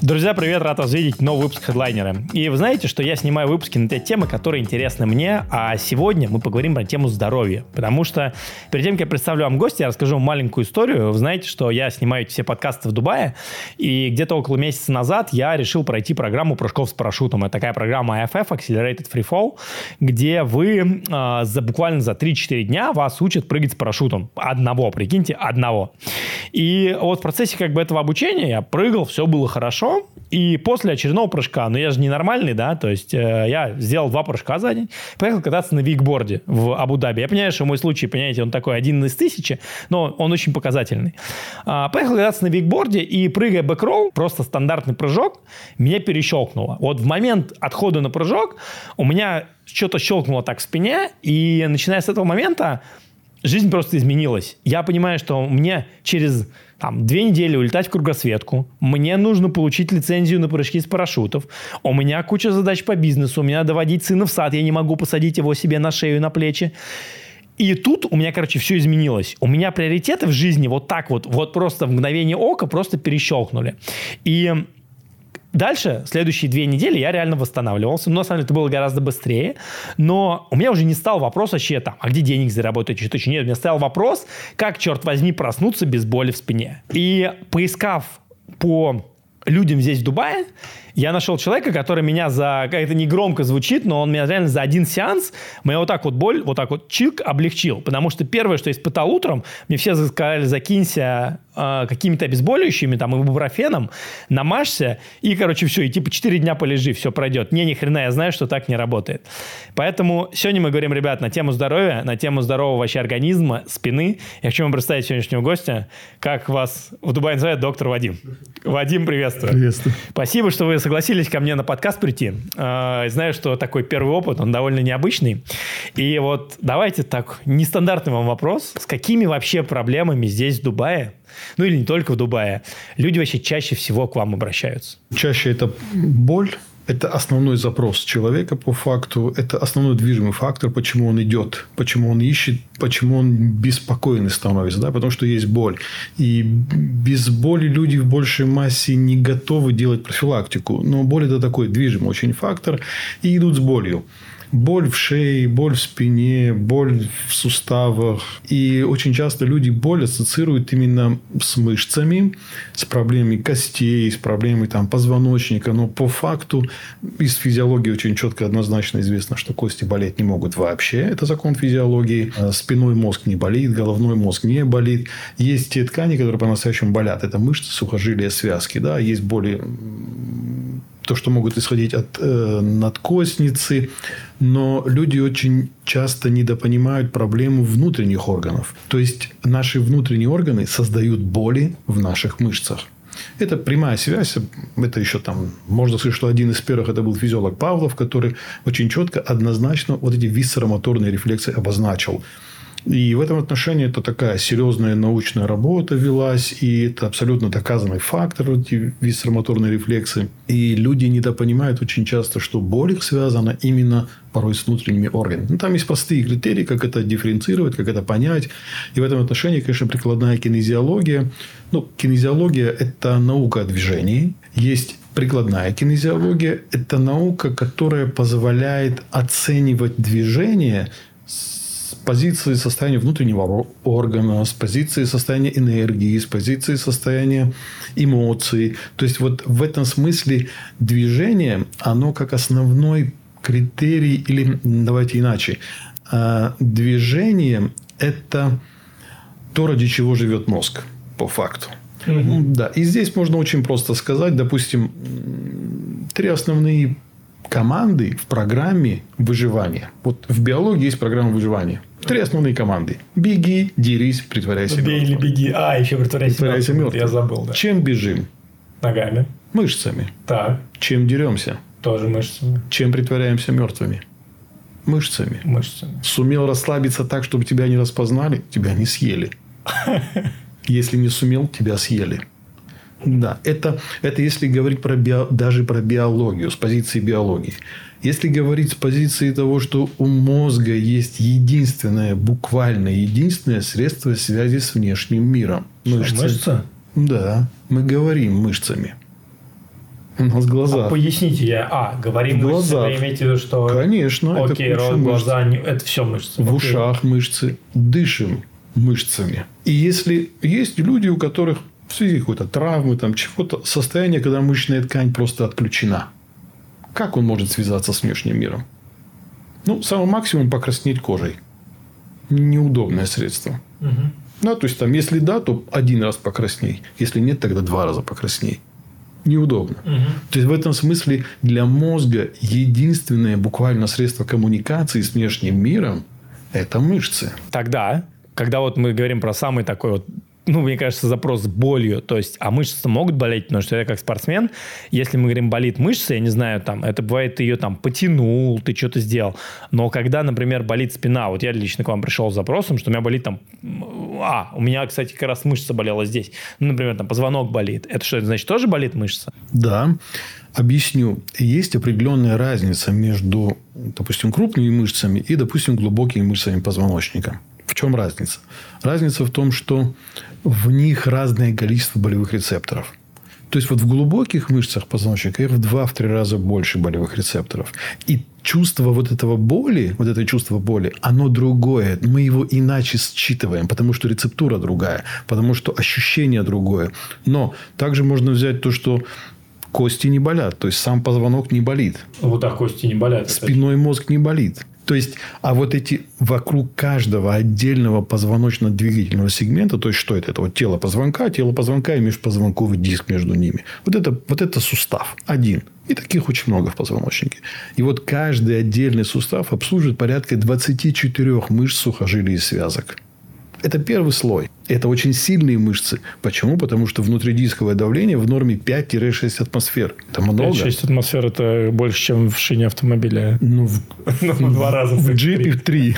Друзья, привет, рад вас видеть, новый выпуск Хедлайнера. И вы знаете, что я снимаю выпуски на те темы, которые интересны мне, а сегодня мы поговорим про тему здоровья. Потому что перед тем, как я представлю вам гостя, я расскажу вам маленькую историю. Вы знаете, что я снимаю все подкасты в Дубае, и где-то около месяца назад я решил пройти программу прыжков с парашютом. Это такая программа IFF, Accelerated Free Fall, где вы буквально за 3-4 дня вас учат прыгать с парашютом. Одного, прикиньте, одного. И вот в процессе этого обучения я прыгал, все было хорошо. И после очередного прыжка, я же ненормальный, да, то есть я сделал 2 прыжка за день, поехал кататься на викборде в Абу-Даби. Я понимаю, что мой случай, понимаете, он такой 1 из 1000, но он очень показательный. Поехал кататься на викборде и, прыгая бэкролл, просто стандартный прыжок, меня перещелкнуло. Вот в момент отхода на прыжок у меня что-то щелкнуло так в спине, и начиная с этого момента жизнь просто изменилась. Я понимаю, что мне через 2 недели улетать в кругосветку, мне нужно получить лицензию на прыжки с парашютов, у меня куча задач по бизнесу, у меня надо водить сына в сад, я не могу посадить его себе на шею, на плечи. И тут у меня, все изменилось. У меня приоритеты в жизни вот так вот просто в мгновение ока просто перещелкнули. И дальше, следующие 2 недели я реально восстанавливался. Но, на самом деле, это было гораздо быстрее. Но у меня уже не стал вопрос вообще а где денег заработать, что-то еще нет. У меня стоял вопрос, как, черт возьми, проснуться без боли в спине. И поискав по людям здесь, в Дубае, я нашел человека, который меня это не громко звучит, но он меня реально за 1 сеанс, моя боль, чик, облегчил. Потому что первое, что я испытал утром, мне все сказали, закинься какими-то обезболивающими, ибупрофеном, намажься, и, все, и 4 дня полежи, все пройдет. Ни хрена, я знаю, что так не работает. Поэтому сегодня мы говорим, ребят, на тему здоровья, на тему здорового вообще организма, спины. Я хочу вам представить сегодняшнего гостя, как вас в Дубае называют, доктор Вадим. Вадим, приветствую. Приветствую. Спасибо, что вы согласились ко мне на подкаст прийти. Знаю, что такой первый опыт, он довольно необычный. И давайте нестандартный вам вопрос. С какими вообще проблемами здесь, в Дубае, или не только в Дубае, люди вообще чаще всего к вам обращаются? Чаще это боль. Это основной запрос человека по факту. Это основной движимый фактор, почему он идет, почему он ищет, почему он беспокойный становится. Да? Потому что есть боль. И без боли люди в большей массе не готовы делать профилактику. Но боль – это такой движимый очень фактор. И идут с болью. Боль в шее, боль в спине, боль в суставах. И очень часто люди боль ассоциируют именно с мышцами, с проблемами костей, с проблемами позвоночника. Но по факту из физиологии очень четко однозначно известно, что кости болеть не могут вообще. Это закон физиологии. Спиной мозг не болит, головной мозг не болит. Есть те ткани, которые по-настоящему болят. Это мышцы, сухожилия, связки. Да? Есть боли, то, что могут исходить от надкостницы. Но люди очень часто недопонимают проблему внутренних органов. То есть, наши внутренние органы создают боли в наших мышцах. Это прямая связь. Это еще можно сказать, что один из первых это был физиолог Павлов, который очень четко, однозначно эти висцеромоторные рефлексы обозначил. И в этом отношении это такая серьезная научная работа велась, и это абсолютно доказанный фактор, эти висцеромоторные рефлексы. И люди недопонимают очень часто, что боль их связана именно порой с внутренними органами. Там есть простые критерии, как это дифференцировать, как это понять. И в этом отношении, конечно, прикладная кинезиология. Кинезиология – это наука о движении. Есть прикладная кинезиология – это наука, которая позволяет оценивать движение с позиции состояния внутреннего органа, с позиции состояния энергии, с позиции состояния эмоций. То есть, в этом смысле движение, оно как основной критерий, или давайте иначе. Движение – это то, ради чего живет мозг, по факту. Да. И здесь можно очень просто сказать, допустим, 3 основные команды в программе выживания. В биологии есть программа выживания. 3 основные команды. Беги, дерись, притворяйся мертвым. Бей или беги. Еще притворяйся мертвым. Я забыл, да. Чем бежим? Ногами. Мышцами. Так. Чем деремся? Тоже мышцами. Чем притворяемся мертвыми? Мышцами. Сумел расслабиться так, чтобы тебя не распознали? Тебя не съели. Если не сумел, тебя съели. Да, это если говорить даже про биологию, с позиции биологии. Если говорить с позиции того, что у мозга есть буквально единственное средство связи с внешним миром. Мышца? Да, мы говорим мышцами. У нас глаза. Поясните, говорим мышцы, вы имеете в виду, что... Конечно. Окей, рот, глаза, это все мышцы. В ушах мышцы. Дышим мышцами. И если есть люди, у которых в связи какой-то травмы, там, чего-то, состояние, когда мышечная ткань просто отключена. Как он может связаться с внешним миром? Самый максимум покраснеть кожей. Неудобное средство. То есть, если да, то 1 раз покрасней. Если нет, тогда 2 раза покрасней. Неудобно. То есть, в этом смысле для мозга единственное буквально средство коммуникации с внешним миром – это мышцы. Тогда, когда мы говорим про самый такой мне кажется, запрос с болью, то есть, мышцы могут болеть, потому что я как спортсмен, если мы говорим болит мышца, я не знаю, это бывает, ты ее потянул, ты что-то сделал, но когда, например, болит спина, я лично к вам пришел с запросом, что у меня болит у меня, кстати, как раз мышца болела здесь, например, позвонок болит, это что, это значит, тоже болит мышца? Да, объясню. Есть определенная разница между, допустим, крупными мышцами и, допустим, глубокими мышцами позвоночника. В чем разница? Разница в том, что в них разное количество болевых рецепторов. То есть, в глубоких мышцах позвоночника их в 2-3 раза больше болевых рецепторов. И чувство этого боли, это чувство боли, оно другое. Мы его иначе считываем, потому что рецептура другая, потому что ощущение другое. Но также можно взять то, что кости не болят. То есть, сам позвонок не болит. Кости не болят. Спинной мозг не болит. То есть, эти вокруг каждого отдельного позвоночно-двигательного сегмента, то есть, что это? Это тело позвонка и межпозвонковый диск между ними. Это сустав один. И таких очень много в позвоночнике. И каждый отдельный сустав обслуживает порядка 24 мышц, сухожилий и связок. Это первый слой. Это очень сильные мышцы. Почему? Потому что внутридисковое давление в норме 5-6 атмосфер. Это много. 5-6 атмосфер – это больше, чем в шине автомобиля. В 2 раза. В джипе в 3.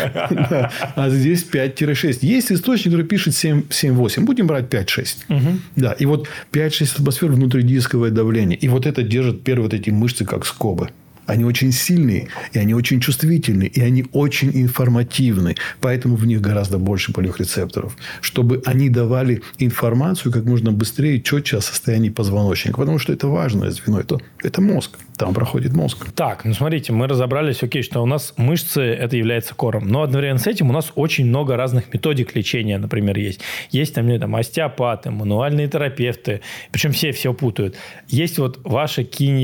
А здесь 5-6. Есть источник, который пишет 7-8. Будем брать 5-6. Да. И 5-6 атмосфер внутридисковое давление. И это держит первые эти мышцы как скобы. Они очень сильные, и они очень чувствительные, и они очень информативны. Поэтому в них гораздо больше болевых рецепторов. Чтобы они давали информацию как можно быстрее и четче о состоянии позвоночника. Потому что это важное звено. Это мозг. Там проходит мозг. Так, смотрите, мы разобрались, что у нас мышцы это является кором. Но одновременно с этим у нас очень много разных методик лечения, например, есть. Есть остеопаты, мануальные терапевты. Причем все путают. Есть ваша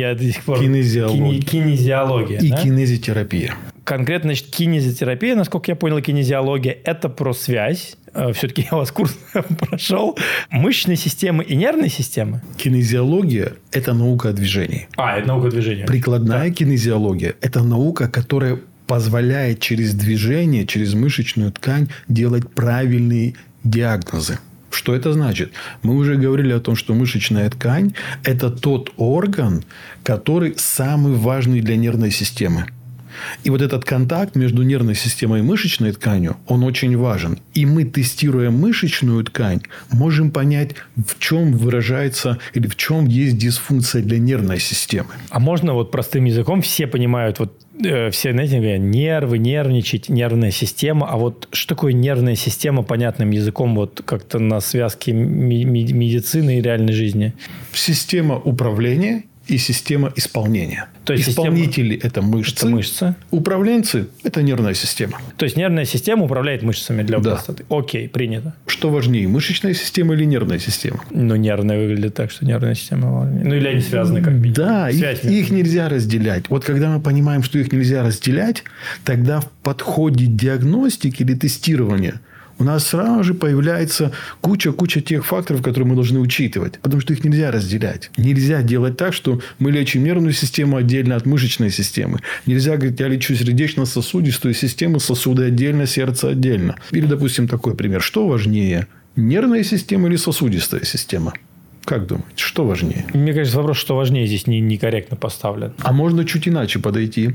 кинезиология. И кинезитерапия. Конкретно, кинезитерапия, насколько я понял, кинезиология – это про связь. Все-таки я у вас курс прошел. Мышечной системы и нервной системы. Кинезиология – это наука о движении. Это наука о движении. Прикладная кинезиология – это наука, которая позволяет через движение, через мышечную ткань делать правильные диагнозы. Что это значит? Мы уже говорили о том, что мышечная ткань – это тот орган, который самый важный для нервной системы. И этот контакт между нервной системой и мышечной тканью, он очень важен. И мы, тестируя мышечную ткань, можем понять, в чем выражается или в чем есть дисфункция для нервной системы. А можно простым языком все понимают, все, знаете, нервы, нервничать, нервная система. А что такое нервная система понятным языком как-то на связке медицины и реальной жизни? Система управления и система исполнения. То есть исполнители – это мышцы. Управленцы – это нервная система. То есть нервная система управляет мышцами для простоты. Окей, принято. Что важнее, мышечная система или нервная система? Нервная выглядит так, что нервная система важнее. Или они связаны как минимум. Да, их нельзя разделять. Когда мы понимаем, что их нельзя разделять, тогда в подходе диагностики или тестирования у нас сразу же появляется куча тех факторов, которые мы должны учитывать. Потому что их нельзя разделять. Нельзя делать так, что мы лечим нервную систему отдельно от мышечной системы. Нельзя говорить, я лечу сердечно-сосудистую систему, сосуды отдельно, сердце отдельно. Или, допустим, такой пример. Что важнее? Нервная система или сосудистая система? Как думаете, что важнее? Мне кажется, вопрос, что важнее, здесь некорректно поставлен. А можно чуть иначе подойти.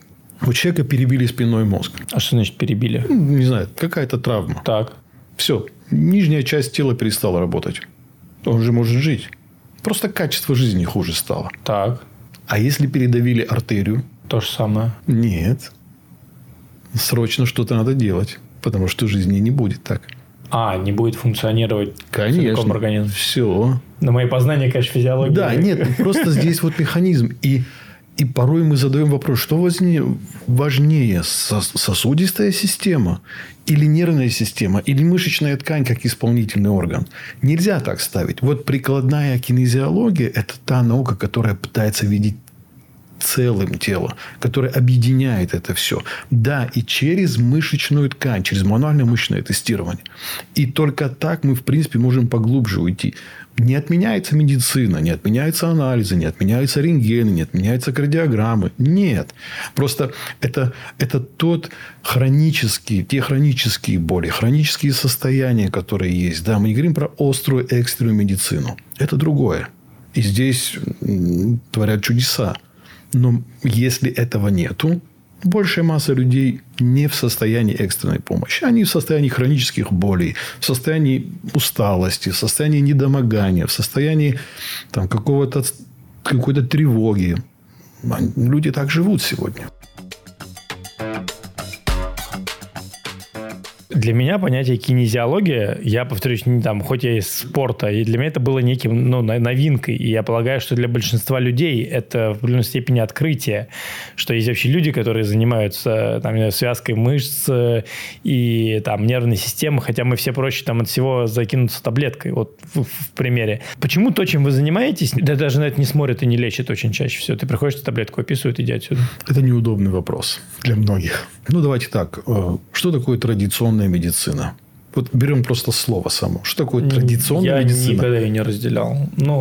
У человека перебили спинной мозг. А что значит перебили? Не знаю, какая-то травма. Так. Все. Нижняя часть тела перестала работать. Он же может жить. Просто качество жизни хуже стало. Так. А если передавили артерию? То же самое. Нет. Срочно что-то надо делать. Потому что жизни не будет так. Не будет функционировать целиком организм. Все. Но мои познания, конечно, физиологии. Да, нет, просто здесь вот механизм. И порой мы задаем вопрос, что важнее, сосудистая система или нервная система, или мышечная ткань как исполнительный орган. Нельзя так ставить. Вот прикладная кинезиология – это та наука, которая пытается видеть целым тело, которое объединяет это все. Да, и через мышечную ткань, через мануальное мышечное тестирование. И только так мы, в принципе, можем поглубже уйти. Не отменяется медицина, не отменяются анализы, не отменяются рентгены, не отменяются кардиограммы. Нет. Просто это те хронические боли, хронические состояния, которые есть. Да, мы не говорим про острую экстренную медицину. Это другое. И здесь творят чудеса. Но если этого нету, большая масса людей не в состоянии экстренной помощи. Они в состоянии хронических болей, в состоянии усталости, в состоянии недомогания, в состоянии какой-то тревоги. Люди так живут сегодня. Для меня понятие кинезиология, я повторюсь, хоть я из спорта, и для меня это было неким новинкой. И я полагаю, что для большинства людей это в определенной степени открытие, что есть вообще люди, которые занимаются связкой мышц и нервной системой, хотя мы все проще от всего закинуться таблеткой, вот в примере. Почему то, чем вы занимаетесь, даже на это не смотрят и не лечат очень чаще всего? Ты приходишь, таблетку описывают, иди отсюда. Это неудобный вопрос для многих. Давайте так. Что такое традиционная медицина? Вот берем просто слово само. Что такое традиционная медицина? Я никогда ее не разделял.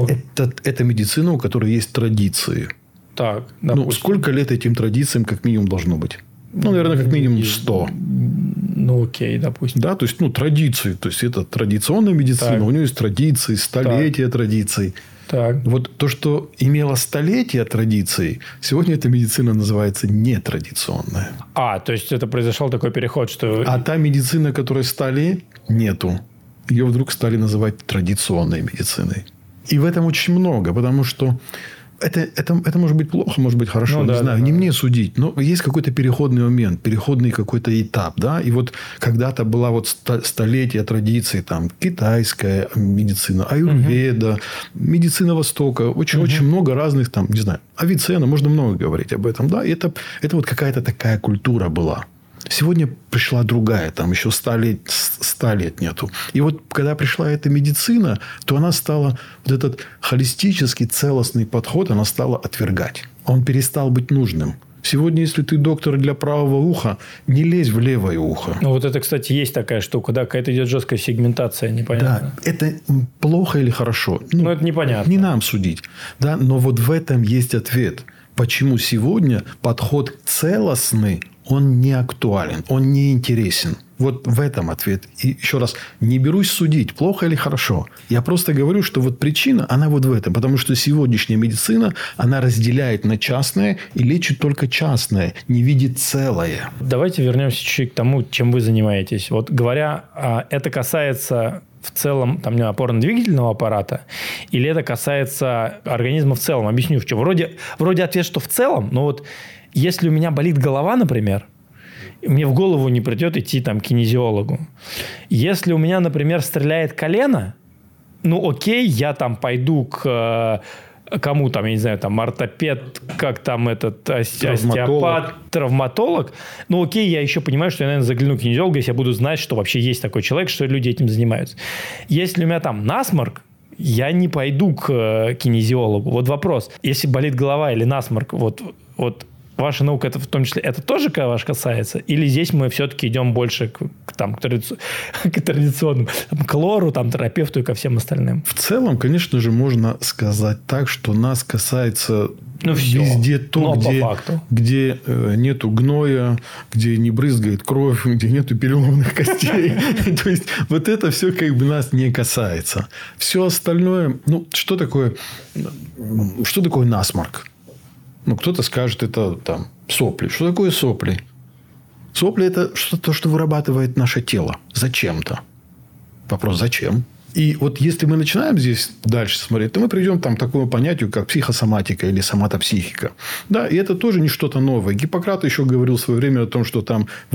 Это медицина, у которой есть традиции. Так, сколько лет этим традициям как минимум должно быть? Наверное, как минимум 100. Окей, допустим. Да, то есть, традиции. То есть, это традиционная медицина. Так. У нее есть традиции, столетия традиций. Так. Вот то, что имело столетия традиций, сегодня эта медицина называется нетрадиционная. То есть, это произошел такой переход, что... А та медицина, которой стали, нету. Ее вдруг стали называть традиционной медициной. И в этом очень много, потому что это может быть плохо, может быть хорошо, не знаю, не мне судить. Но есть какой-то переходный момент, переходный какой-то этап. Да? И вот когда-то была столетие традиций, китайская медицина, аюрведа, медицина Востока. Очень много разных, не знаю, Авиценна, можно много говорить об этом. Да? И это вот какая-то такая культура была. Сегодня пришла другая, еще 100 лет нету. И вот когда пришла эта медицина, то она стала, вот этот холистический, целостный подход, она стала отвергать. Он перестал быть нужным. Сегодня, если ты доктор для правого уха, не лезь в левое ухо. Вот это, кстати, есть такая штука, да, какая-то идет жесткая сегментация, непонятно. Да, это плохо или хорошо? Это непонятно. Не нам судить. Да, но вот в этом есть ответ. Почему сегодня подход целостный, он не актуален, он не интересен. Вот в этом ответ. И еще раз, не берусь судить, плохо или хорошо. Я просто говорю, что вот причина, она вот в этом. Потому что сегодняшняя медицина, она разделяет на частное и лечит только частное, не видит целое. Давайте вернемся чуть-чуть к тому, чем вы занимаетесь. Вот говоря, это касается... в целом опорно-двигательного аппарата, или это касается организма в целом? Объясню, в чем. Вроде ответ, что в целом, но вот если у меня болит голова, например, мне в голову не придет идти к кинезиологу. Если у меня, например, стреляет колено, окей, я пойду к... кому я не знаю, ортопед, остеопат, травматолог. Окей, я еще понимаю, что я, наверное, загляну к кинезиологу, если я буду знать, что вообще есть такой человек, что люди этим занимаются. Если у меня насморк, я не пойду к кинезиологу. Вот вопрос. Если болит голова или насморк, вот ваша наука, это в том числе, это тоже ваш касается? Или здесь мы все-таки идем больше к традиционному, к лору, терапевту и ко всем остальным? В целом, конечно же, можно сказать так, что нас касается везде то, где нету гноя, где не брызгает кровь, где нету переломанных костей. То есть, вот это все нас не касается. Все остальное... Что такое насморк? Кто-то скажет, это сопли. Что такое сопли? Сопли – это то, что вырабатывает наше тело. Зачем-то. Вопрос, зачем? И вот если мы начинаем здесь дальше смотреть, то мы придем к такому понятию, как психосоматика или соматопсихика. Да, и это тоже не что-то новое. Гиппократ еще говорил в свое время о том, что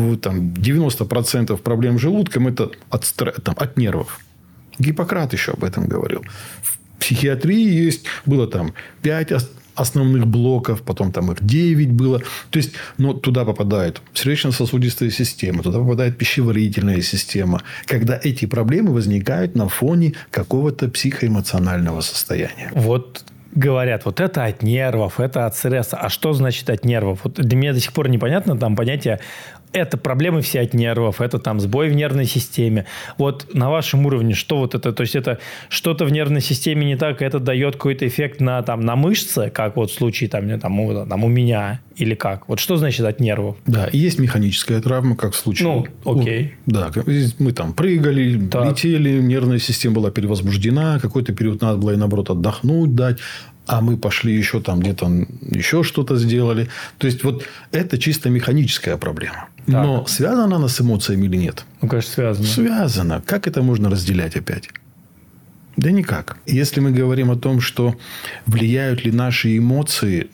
90% проблем с желудком – это от нервов. Гиппократ еще об этом говорил. В психиатрии было 5 основных блоков, потом их 9 было. То есть, туда попадает сердечно-сосудистая система, туда попадает пищеварительная система, когда эти проблемы возникают на фоне какого-то психоэмоционального состояния. Вот говорят, вот это от нервов, это от стресса. А что значит от нервов? Вот для меня до сих пор непонятно понятие это проблемы все от нервов, это сбой в нервной системе. Вот на вашем уровне что вот это? То есть, это что-то в нервной системе не так, и это дает какой-то эффект на мышцы, как вот в случае у меня, или как? Вот что значит от нервов? Да, и есть механическая травма, как в случае... окей. Да, мы прыгали, летели, нервная система была перевозбуждена, какой-то период надо было, наоборот, отдохнуть дать. А мы пошли еще где-то еще что-то сделали. То есть, вот это чисто механическая проблема. Так. Но связана она с эмоциями или нет? Конечно, связана. Связана. Как это можно разделять опять? Да никак. Если мы говорим о том, что влияют ли наши эмоции,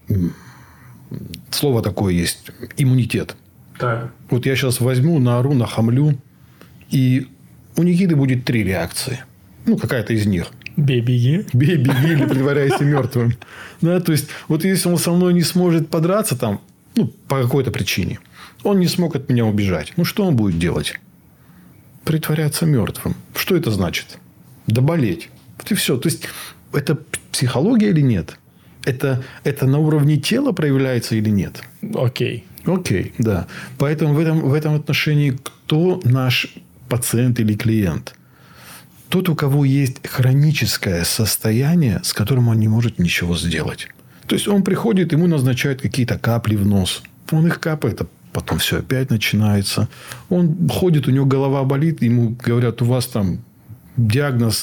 слово такое есть, иммунитет. Так. Вот я сейчас возьму, наору, нахамлю, и у Никиты будет 3 реакции. Какая-то из них. Бей, беги. Бей, беги или притворяйся мертвым. Да, то есть, вот если он со мной не сможет подраться по какой-то причине, он не смог от меня убежать. Что он будет делать? Притворяться мертвым. Что это значит? Да болеть. Вот и все. То есть, это психология или нет? Это на уровне тела проявляется или нет? Окей, да. Поэтому в этом отношении кто наш пациент или клиент? Тот, у кого есть хроническое состояние, с которым он не может ничего сделать. То есть, он приходит, ему назначают какие-то капли в нос. Он их капает, а потом все опять начинается. Он ходит, у него голова болит, ему говорят, у вас диагноз.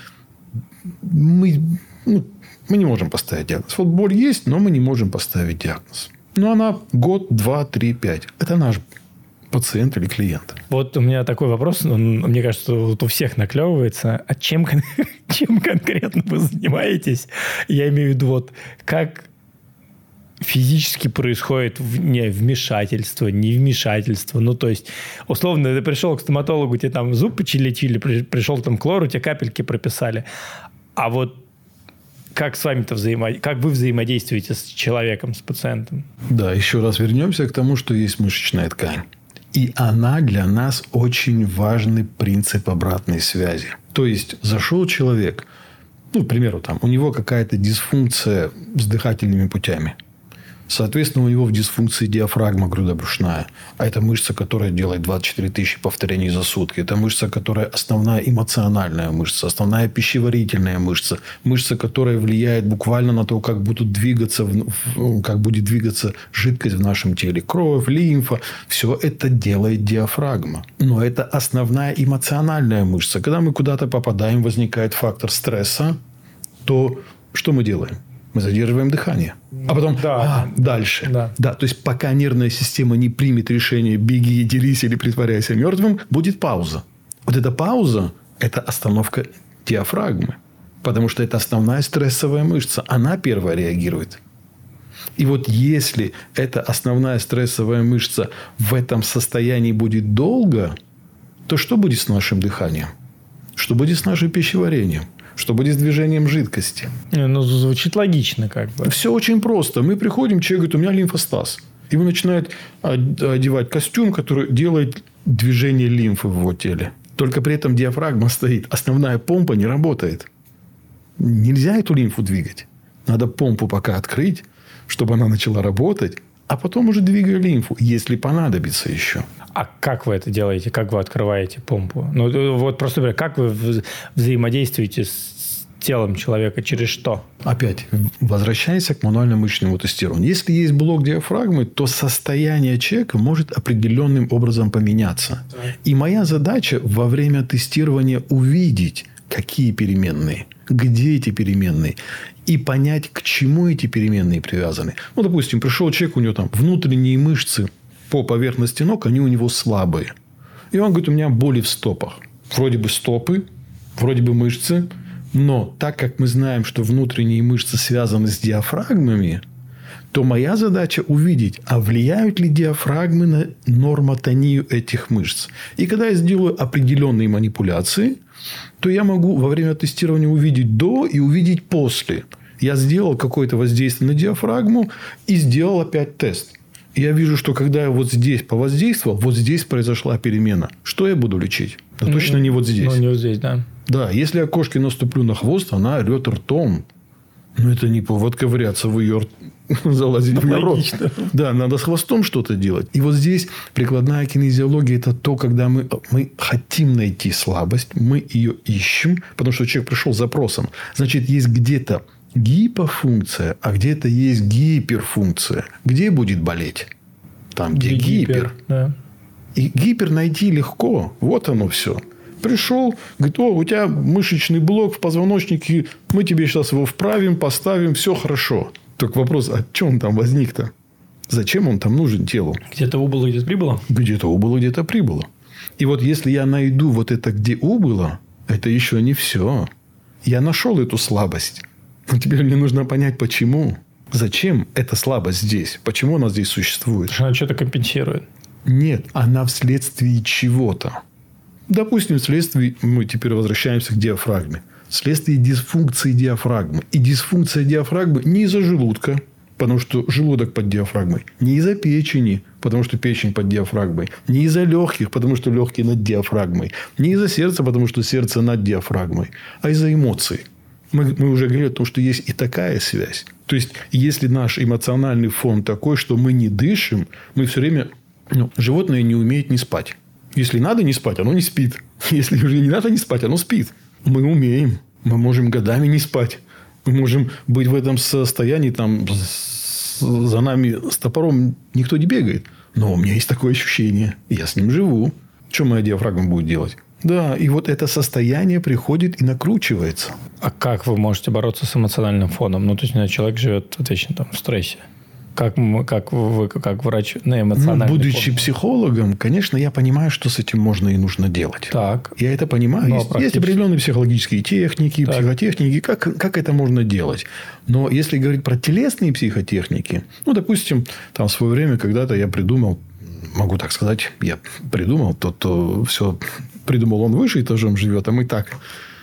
Мы не можем поставить диагноз. Вот боль есть, но мы не можем поставить диагноз. Она год, 2, 3, 5. Это наш пациент или клиент. Вот у меня такой вопрос, мне кажется, вот у всех наклевывается. А чем конкретно вы занимаетесь? Я имею в виду, как физически происходит не вмешательство, не вмешательство. То есть, условно, ты пришел к стоматологу, тебе зуб лечили, пришел к лору, тебе капельки прописали. А вот как с вами-то как вы взаимодействуете с человеком, с пациентом? Да, еще раз вернемся к тому, что есть мышечная ткань. И она для нас очень важный принцип обратной связи. То есть, зашел человек, к примеру, у него какая-то дисфункция с дыхательными путями. Соответственно, у него в дисфункции диафрагма грудобрюшная. А это мышца, которая делает 24 тысячи повторений за сутки. Это мышца, которая основная эмоциональная мышца, основная пищеварительная мышца. Мышца, которая влияет буквально на то, как будет двигаться жидкость в нашем теле. Кровь, лимфа. Все это делает диафрагма. Но это основная эмоциональная мышца. Когда мы куда-то попадаем, возникает фактор стресса, то что мы делаем? Мы задерживаем дыхание. А потом дальше. Да, то есть, пока нервная система не примет решение беги, делись или притворяйся мертвым, будет пауза. Вот эта пауза – это остановка диафрагмы. Потому что это основная стрессовая мышца. Она первая реагирует. И вот если эта основная стрессовая мышца в этом состоянии будет долго, то что будет с нашим дыханием? Что будет с нашим пищеварением? Что будет с движением жидкости? Звучит логично Все очень просто. Мы приходим, человек говорит, у меня лимфостаз. Ему начинают одевать костюм, который делает движение лимфы в его теле. Только при этом диафрагма стоит. Основная помпа не работает. Нельзя эту лимфу двигать. Надо помпу пока открыть, чтобы она начала работать. А потом уже двигай лимфу, если понадобится еще. А как вы это делаете? Как вы открываете помпу? Вот просто как вы взаимодействуете с телом человека? Через что? Опять, возвращаясь к мануально-мышечному тестированию. Если есть блок диафрагмы, то состояние человека может определенным образом поменяться. Да. И моя задача во время тестирования увидеть, какие переменные, где эти переменные, и понять, к чему эти переменные привязаны. Допустим, пришел человек, у него внутренние мышцы по поверхности ног, они у него слабые. И он говорит, у меня боли в стопах. Вроде бы стопы, вроде бы мышцы, но так как мы знаем, что внутренние мышцы связаны с диафрагмами, то моя задача увидеть, а влияют ли диафрагмы на нормотонию этих мышц. И когда я сделаю определенные манипуляции, то я могу во время тестирования увидеть до и увидеть после. Я сделал какое-то воздействие на диафрагму и сделал опять тест. И я вижу, что когда я вот здесь повоздействовал, вот здесь произошла перемена. Что я буду лечить? Да точно не вот здесь. Ну, не вот здесь, да. Да, если я кошке наступлю на хвост, она орет ртом. Но это не повод ковыряться в ее рт, залазить в ее рот. Да, надо с хвостом что-то делать. И вот здесь прикладная кинезиология – это то, когда мы хотим найти слабость, мы ее ищем, потому что человек пришел с запросом. Значит, есть где-то гипофункция, а где-то есть гиперфункция. Где будет болеть? Там, где гипер. Да. И гипер найти легко. Вот оно все. Пришел, говорит, у тебя мышечный блок в позвоночнике, мы тебе сейчас его вправим, поставим, все хорошо. Только вопрос, а что он там возник-то? Зачем он там нужен телу? Где-то убыло, где-то прибыло? Где-то убыло, где-то прибыло. И вот если я найду вот это, где убыло, это еще не все. Я нашел эту слабость. Но теперь мне нужно понять, почему. Зачем эта слабость здесь? Почему она здесь существует? Она что-то компенсирует. Нет, она вследствие чего-то. Допустим, вследствие, мы теперь возвращаемся к диафрагме. Вследствие дисфункции диафрагмы. И дисфункция диафрагмы не из-за желудка, потому что желудок под диафрагмой. Не из-за печени, потому что печень под диафрагмой. Не из-за легких, потому что легкие над диафрагмой. Не из-за сердца, потому что сердце над диафрагмой. А из-за эмоций. Мы уже говорили о том, что есть и такая связь. То есть, если наш эмоциональный фон такой, что мы не дышим, мы все время... животное не умеет не спать. Если надо не спать, оно не спит. Если уже не надо не спать, оно спит. Мы умеем. Мы можем годами не спать. Мы можем быть в этом состоянии. Там, за нами с топором никто не бегает. Но у меня есть такое ощущение. Я с ним живу. Что моя диафрагма будет делать? Да, и вот это состояние приходит и накручивается. А как вы можете бороться с эмоциональным фоном? Ну, то есть, человек живет вечно там в стрессе. Как вы, как врач на эмоциональный фон? Будучи психологом, конечно, я понимаю, что с этим можно и нужно делать. Так. Я это понимаю. Есть определенные психологические техники, психотехники. Как это можно делать? Но если говорить про телесные психотехники, допустим, там в свое время когда-то я придумал, могу так сказать, я придумал, тот, кто все придумал, он выше этажом живет, а мы так...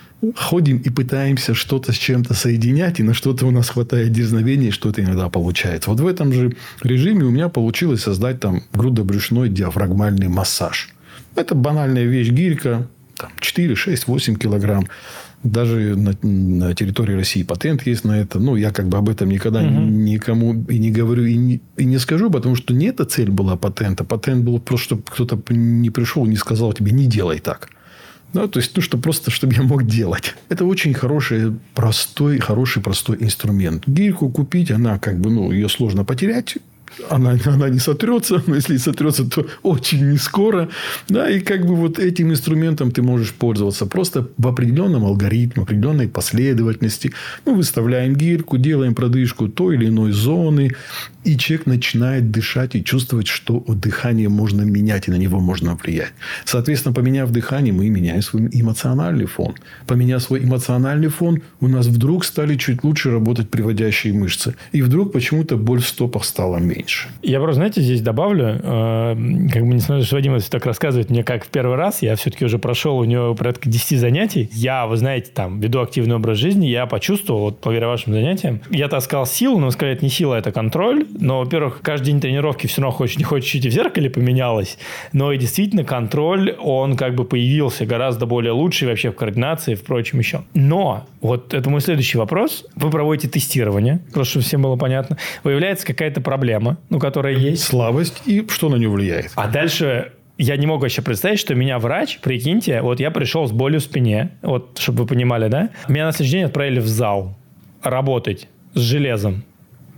ходим и пытаемся что-то с чем-то соединять, и на что-то у нас хватает дерзновения, что-то иногда получается. Вот в этом же режиме у меня получилось создать там грудобрюшной диафрагмальный массаж. Это банальная вещь, гирька, там, 4, 6, 8 килограмм. Даже на территории России патент есть на это. Я как бы об этом никогда никому и не говорю, и не скажу, потому что не эта цель была патента. Патент был просто, чтобы кто-то не пришел и не сказал тебе, не делай так. Да, то есть, чтобы я мог делать. Это очень хороший, простой инструмент. Гирьку купить, она ее сложно потерять. Она не сотрется. Но если сотрется, то очень не скоро. Да, и вот этим инструментом ты можешь пользоваться. Просто в определенном алгоритме, в определенной последовательности. Мы выставляем гирьку, делаем продышку той или иной зоны. И человек начинает дышать и чувствовать, что дыхание можно менять, и на него можно влиять. Соответственно, поменяв дыхание, мы меняем свой эмоциональный фон. Поменяв свой эмоциональный фон, у нас вдруг стали чуть лучше работать приводящие мышцы. И вдруг почему-то боль в стопах стала меньше. Я просто, знаете, здесь добавлю, несмотря на то, что Вадим это так рассказывает мне как в первый раз, я все-таки уже прошел у него порядка 10 занятий. Я, вы знаете, веду активный образ жизни, я почувствовал, благодаря вашим занятиям, я таскал силу, но сказать, не сила, это контроль. Но, во-первых, каждый день тренировки все равно не хочешь идти в зеркале, поменялось. Но и действительно контроль, он появился гораздо более лучший вообще в координации и в прочем еще. Но вот это мой следующий вопрос. Вы проводите тестирование, просто чтобы всем было понятно. Выявляется какая-то проблема, которая есть. Слабость и что на нее влияет. А дальше... Я не могу вообще представить, что меня врач, прикиньте, я пришел с болью в спине, чтобы вы понимали, да? Меня на следующий день отправили в зал работать с железом.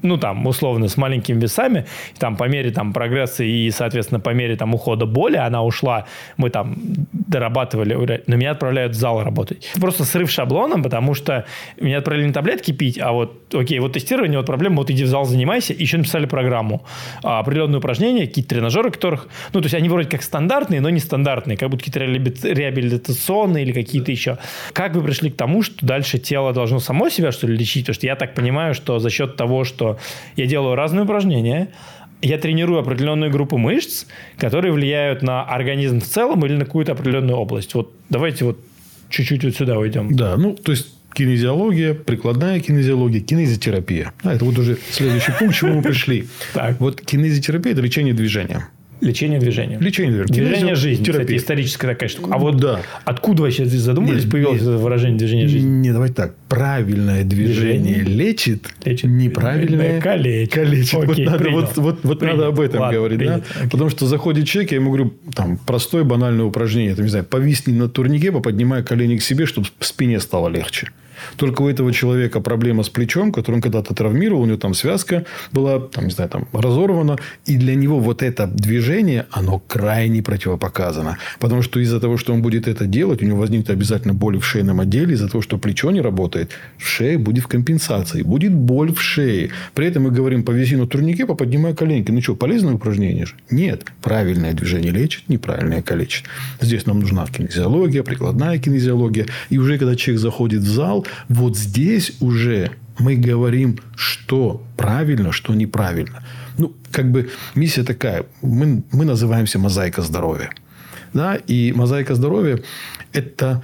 ну, там, условно, с маленькими весами, там, по мере там прогресса и, соответственно, по мере там ухода боли, она ушла, мы там дорабатывали, но меня отправляют в зал работать. Просто срыв шаблоном, потому что меня отправили не таблетки пить, а вот, окей, вот тестирование, вот проблема, вот иди в зал, занимайся, еще написали программу. Определенные упражнения, какие-то тренажеры, которых, ну, то есть они вроде как стандартные, но не стандартные, как будто какие-то реабилитационные или какие-то еще. Как вы пришли к тому, что дальше тело должно само себя, что ли, лечить? Потому что я так понимаю, что за счет того, что я делаю разные упражнения, я тренирую определенную группу мышц, которые влияют на организм в целом или на какую-то определенную область. Вот давайте вот чуть-чуть вот сюда уйдем. Да, ну, то есть кинезиология, прикладная кинезиология, кинезитерапия. Это вот уже следующий пункт, к чему мы пришли. Так. Вот кинезитерапия – это лечение движения. Лечение движения. Движение жизни. Кстати, историческая такая штука. А вот откуда вообще здесь задумались, появилось это выражение движение жизни? Не, давай так. Правильное движение лечит, неправильное калечит. Окей, вот надо об этом говорить. Да? Потому что заходит человек, я ему говорю, там, простое банальное упражнение. Там, не знаю, повисни на турнике, поподнимай колени к себе, чтобы спине стало легче. Только у этого человека проблема с плечом, который он когда-то травмировал, у него там связка была, там, не знаю, там, разорвана. И для него вот это движение, оно крайне противопоказано. Потому что из-за того, что он будет это делать, у него возникнет обязательно боль в шейном отделе. Из-за того, что плечо не работает, шея будет в компенсации. Будет боль в шее. При этом мы говорим, повиси на турнике, поподнимай коленки. Ну что, полезное упражнение же? Нет. Правильное движение лечит, неправильное калечит. Здесь нам нужна кинезиология, прикладная кинезиология. И уже когда человек заходит в зал, вот здесь уже мы говорим, что правильно, что неправильно. Ну, как бы миссия такая. Мы называемся мозаика здоровья. Да? И мозаика здоровья – это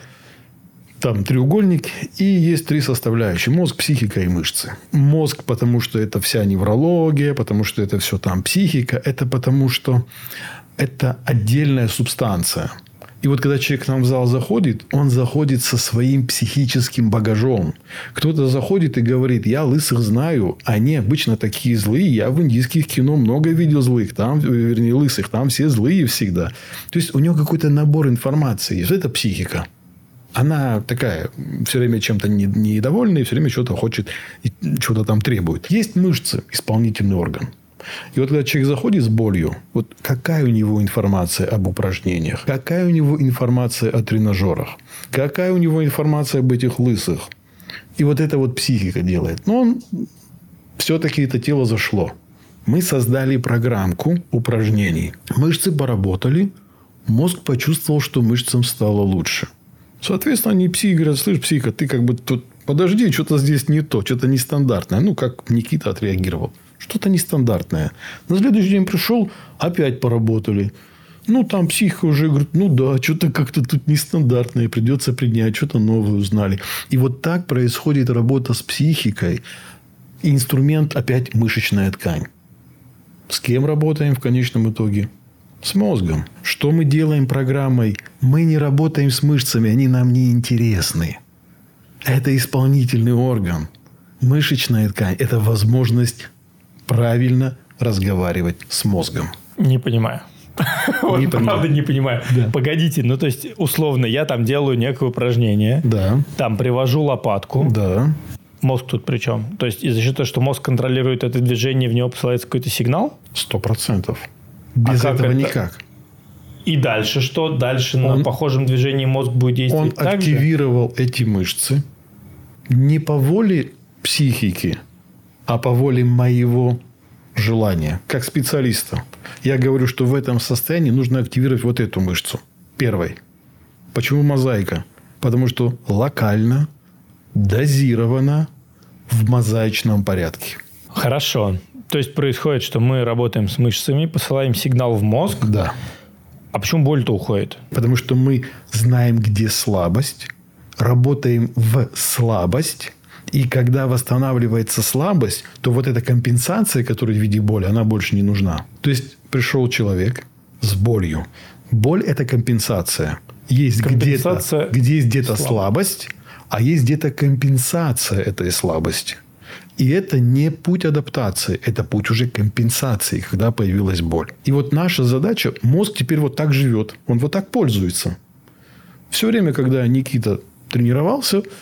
там треугольник, и есть три составляющие. Мозг, психика и мышцы. Мозг, потому что это вся неврология, потому что это все там психика. Это потому что это отдельная субстанция. И вот когда человек к нам в зал заходит, он заходит со своим психическим багажом. Кто-то заходит и говорит, я лысых знаю, они обычно такие злые. Я в индийских кино много видел злых, там, вернее, лысых, там все злые всегда. То есть, у него какой-то набор информации есть. Это психика. Она такая, все время чем-то недовольна и все время что-то хочет, что-то там требует. Есть мышцы, исполнительный орган. И вот когда человек заходит с болью, вот какая у него информация об упражнениях, какая у него информация о тренажерах, какая у него информация об этих лысых. И вот это вот психика делает. Но он все-таки это тело зашло. Мы создали программку упражнений. Мышцы поработали, мозг почувствовал, что мышцам стало лучше. Соответственно, они психи говорят, слышь, психика, ты как бы тут подожди, что-то здесь не то, что-то нестандартное. Ну, как Никита отреагировал. Что-то нестандартное. На следующий день пришел, опять поработали. Ну, там психика уже говорит, ну да, что-то как-то тут нестандартное, придется принять, что-то новое узнали. И вот так происходит работа с психикой. Инструмент опять мышечная ткань. С кем работаем в конечном итоге? С мозгом. Что мы делаем программой? Мы не работаем с мышцами, они нам не интересны. Это исполнительный орган. Мышечная ткань – это возможность правильно разговаривать с мозгом. Не понимаю. Вот, правда, не понимаю. Да. Погодите, ну, то есть, условно, я там делаю некое упражнение. Да. Там привожу лопатку. Да. Мозг тут при чем? То есть, из-за счета того, что мозг контролирует это движение, в него посылается какой-то сигнал? 100%. Без этого никак. И дальше что? Дальше на похожем движении мозг будет действовать так же? Он активировал эти мышцы не по воле психики, а по воле моего желания, как специалиста. Я говорю, что в этом состоянии нужно активировать вот эту мышцу. Первой. Почему мозаика? Потому что локально, дозировано, в мозаичном порядке. Хорошо. То есть, происходит, что мы работаем с мышцами, посылаем сигнал в мозг. Да. А почему боль-то уходит? Потому что мы знаем, где слабость, работаем в слабость. И когда восстанавливается слабость, то вот эта компенсация, которая в виде боли, она больше не нужна. То есть, пришел человек с болью. Боль – это компенсация. Есть где-то слабость, а есть где-то компенсация этой слабости. И это не путь адаптации, это путь уже компенсации, когда появилась боль. И вот наша задача, мозг теперь вот так живет, он вот так пользуется. Все время, когда Никита тренировался,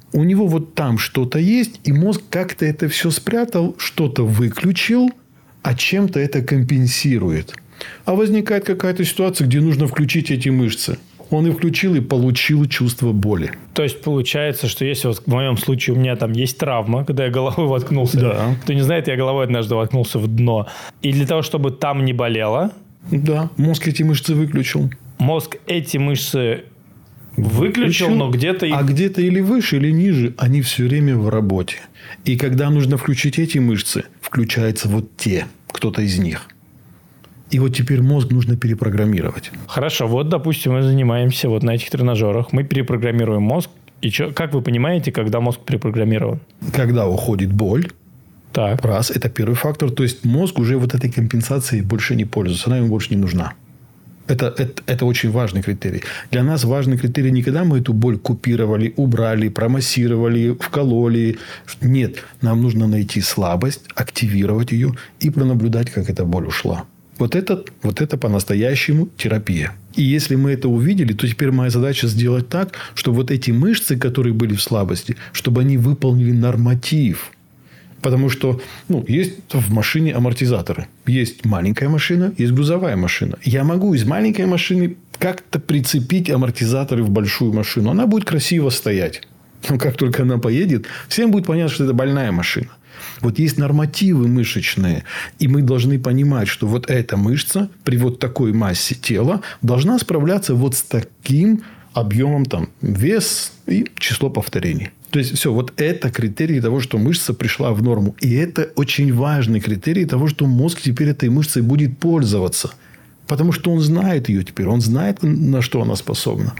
у него вот там что-то есть, и мозг как-то это все спрятал, что-то выключил, а чем-то это компенсирует. А возникает какая-то ситуация, где нужно включить эти мышцы. Он и включил, и получил чувство боли. То есть, получается, что если вот в моем случае у меня там есть травма, когда я головой воткнулся. Да. Кто не знает, я головой однажды воткнулся в дно. И для того, чтобы там не болело... Да, мозг эти мышцы выключил. Мозг эти мышцы выключил, но где-то... А где-то или выше, или ниже, они все время в работе. И когда нужно включить эти мышцы, включаются вот те, кто-то из них. И вот теперь мозг нужно перепрограммировать. Хорошо, вот, допустим, мы занимаемся вот на этих тренажерах, мы перепрограммируем мозг. И как вы понимаете, когда мозг перепрограммирован? Когда уходит боль, так. Раз, это первый фактор. То есть, мозг уже вот этой компенсацией больше не пользуется. Она ему больше не нужна. Это очень важный критерий. Для нас важный критерий не когда мы эту боль купировали, убрали, промассировали, вкололи. Нет, нам нужно найти слабость, активировать ее и пронаблюдать, как эта боль ушла. Вот это по-настоящему терапия. И если мы это увидели, то теперь моя задача сделать так, чтобы вот эти мышцы, которые были в слабости, чтобы они выполнили норматив. Потому что есть в машине амортизаторы. Есть маленькая машина, есть грузовая машина. Я могу из маленькой машины как-то прицепить амортизаторы в большую машину. Она будет красиво стоять. Но как только она поедет, всем будет понятно, что это больная машина. Вот есть нормативы мышечные. И мы должны понимать, что вот эта мышца при вот такой массе тела должна справляться вот с таким объемом вес и число повторений. То есть, все, вот это критерий того, что мышца пришла в норму. И это очень важный критерий того, что мозг теперь этой мышцей будет пользоваться. Потому что он знает ее теперь. Он знает, на что она способна.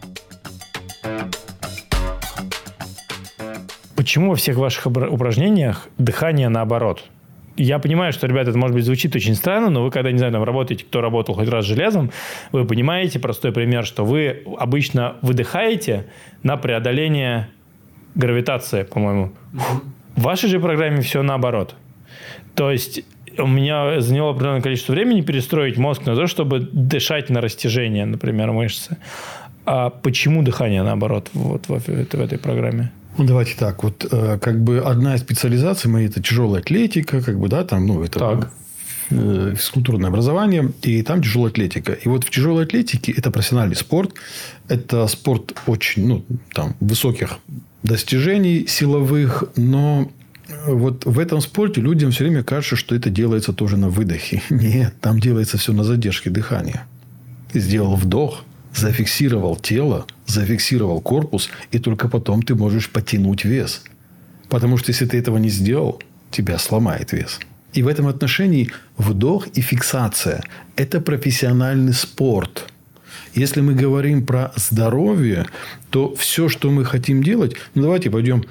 Почему во всех ваших упражнениях дыхание наоборот? Я понимаю, что, ребята, это, может быть, звучит очень странно, но вы, когда, не знаю, работаете, кто работал хоть раз с железом, вы понимаете, простой пример, что вы обычно выдыхаете на преодоление гравитации, по-моему. В вашей же программе все наоборот. То есть, у меня заняло определенное количество времени перестроить мозг на то, чтобы дышать на растяжение, например, мышцы. А почему дыхание наоборот в этой программе? Давайте так. Вот одна из специализаций моей – это тяжелая атлетика, это физкультурное образование, и там тяжелая атлетика. И вот в тяжелой атлетике это профессиональный спорт. Это спорт очень высоких достижений силовых, но вот в этом спорте людям все время кажется, что это делается тоже на выдохе. Нет, там делается все на задержке дыхания. Ты сделал вдох, зафиксировал тело, зафиксировал корпус, и только потом ты можешь потянуть вес. Потому что если ты этого не сделал, тебя сломает вес. И в этом отношении вдох и фиксация – это профессиональный спорт. Если мы говорим про здоровье, то все, что мы хотим делать, давайте пойдем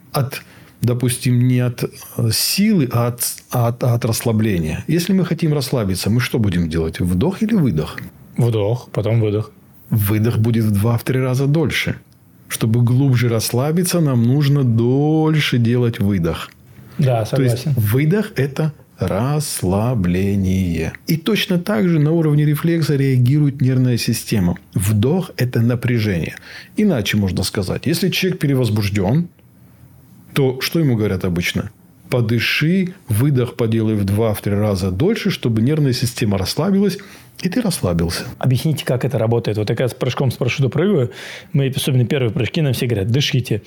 допустим, не от силы, а от расслабления. Если мы хотим расслабиться, мы что будем делать? Вдох или выдох? Вдох, потом выдох. Выдох будет в 2-3 раза дольше. Чтобы глубже расслабиться, нам нужно дольше делать выдох. Да, согласен. То есть, выдох – это расслабление. И точно так же на уровне рефлекса реагирует нервная система. Вдох – это напряжение. Иначе можно сказать, если человек перевозбужден, то что ему говорят обычно? Подыши, выдох поделай в 2-3 раза дольше, чтобы нервная система расслабилась, и ты расслабился. Объясните, как это работает. Вот я когда с прыжком с парашюта прыгаю, мы, особенно первые прыжки, нам все говорят, дышите.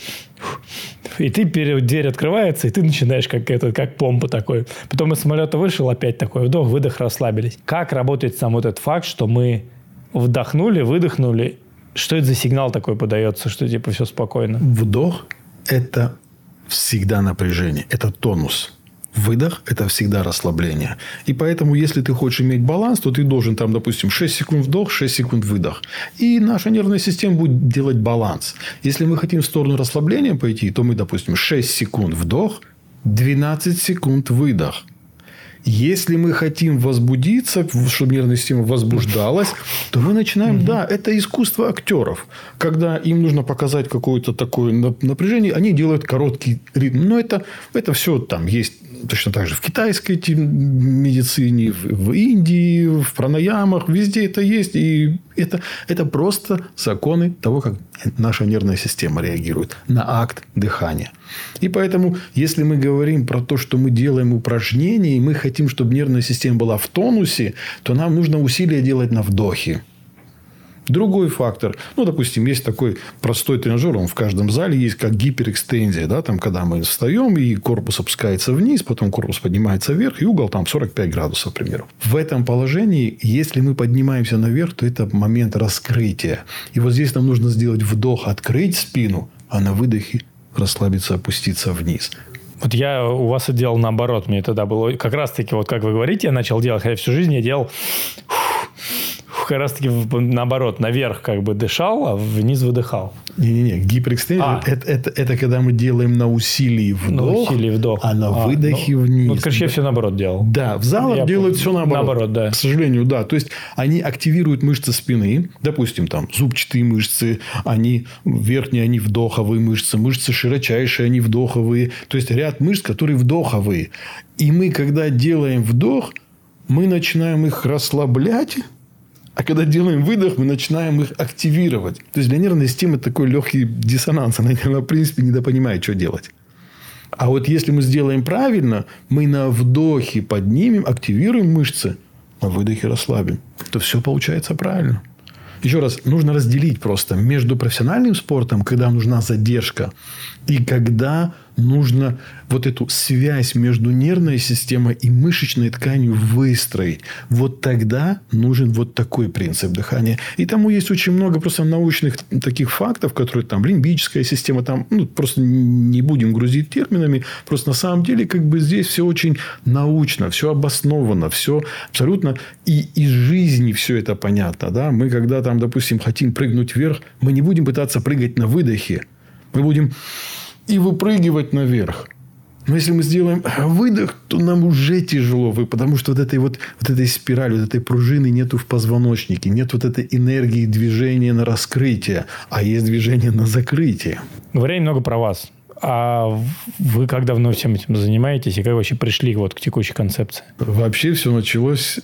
И дверь открывается, и ты начинаешь как помпа такой. Потом из самолета вышел, опять такой вдох, выдох, расслабились. Как работает сам вот этот факт, что мы вдохнули, выдохнули? Что это за сигнал такой подается, что типа все спокойно? Вдох – это всегда напряжение, это тонус. Выдох – это всегда расслабление. И поэтому, если ты хочешь иметь баланс, то ты должен, допустим, 6 секунд вдох, 6 секунд выдох. И наша нервная система будет делать баланс. Если мы хотим в сторону расслабления пойти, то мы, допустим, 6 секунд вдох, 12 секунд выдох. Если мы хотим возбудиться, чтобы нервная система возбуждалась, то мы начинаем... Да, это искусство актеров. Когда им нужно показать какое-то такое напряжение, они делают короткий ритм. Но это все там есть точно так же в китайской медицине, в Индии, в пранаямах, везде это есть. И это просто законы того, как наша нервная система реагирует на акт дыхания. И поэтому, если мы говорим про то, что мы делаем упражнения, и мы хотим, чтобы нервная система была в тонусе, то нам нужно усилия делать на вдохе. Другой фактор. Допустим, есть такой простой тренажер, он в каждом зале есть, как гиперэкстензия. Да? Там, когда мы встаем, и корпус опускается вниз, потом корпус поднимается вверх, и угол там 45 градусов, к примеру. В этом положении, если мы поднимаемся наверх, то это момент раскрытия. И вот здесь нам нужно сделать вдох, открыть спину, а на выдохе расслабиться, опуститься вниз. Вот я у вас это делал наоборот. Мне тогда было как раз-таки, вот как вы говорите, я начал делать, хотя всю жизнь я делал... как раз-таки наоборот, наверх как бы дышал, а вниз выдыхал. Не-не-не, гиперэкстензия это когда мы делаем на усилии вдох, а на выдохе вниз. Вот, короче, я все наоборот делал. Да, в залах делают все наоборот. Наоборот, да. К сожалению, да. То есть, они активируют мышцы спины. Допустим, там зубчатые мышцы, они верхние, они вдоховые мышцы, мышцы широчайшие, они вдоховые. То есть, ряд мышц, которые вдоховые. И мы, когда делаем вдох, мы начинаем их расслаблять. А когда делаем выдох, мы начинаем их активировать. То есть, для нервной системы такой легкий диссонанс. Она, в принципе, недопонимает, что делать. А вот если мы сделаем правильно, мы на вдохе поднимем, активируем мышцы, на выдохе расслабим, то все получается правильно. Еще раз, нужно разделить просто между профессиональным спортом, когда нужна задержка, и когда нужно вот эту связь между нервной системой и мышечной тканью выстроить. Вот тогда нужен вот такой принцип дыхания. И тому есть очень много просто научных таких фактов, которые там лимбическая система, там, просто не будем грузить терминами. Просто на самом деле как бы здесь все очень научно, все обосновано, все абсолютно и из жизни все это понятно. Да? Мы когда там, допустим, хотим прыгнуть вверх, мы не будем пытаться прыгать на выдохе. Мы будем и выпрыгивать наверх. Но если мы сделаем выдох, то нам уже тяжело, потому что вот этой спирали, вот этой пружины нету в позвоночнике. Нет вот этой энергии движения на раскрытие, а есть движение на закрытие. Говоря немного про вас. А вы как давно всем этим занимаетесь? И как вообще пришли вот к текущей концепции? Вообще все началось,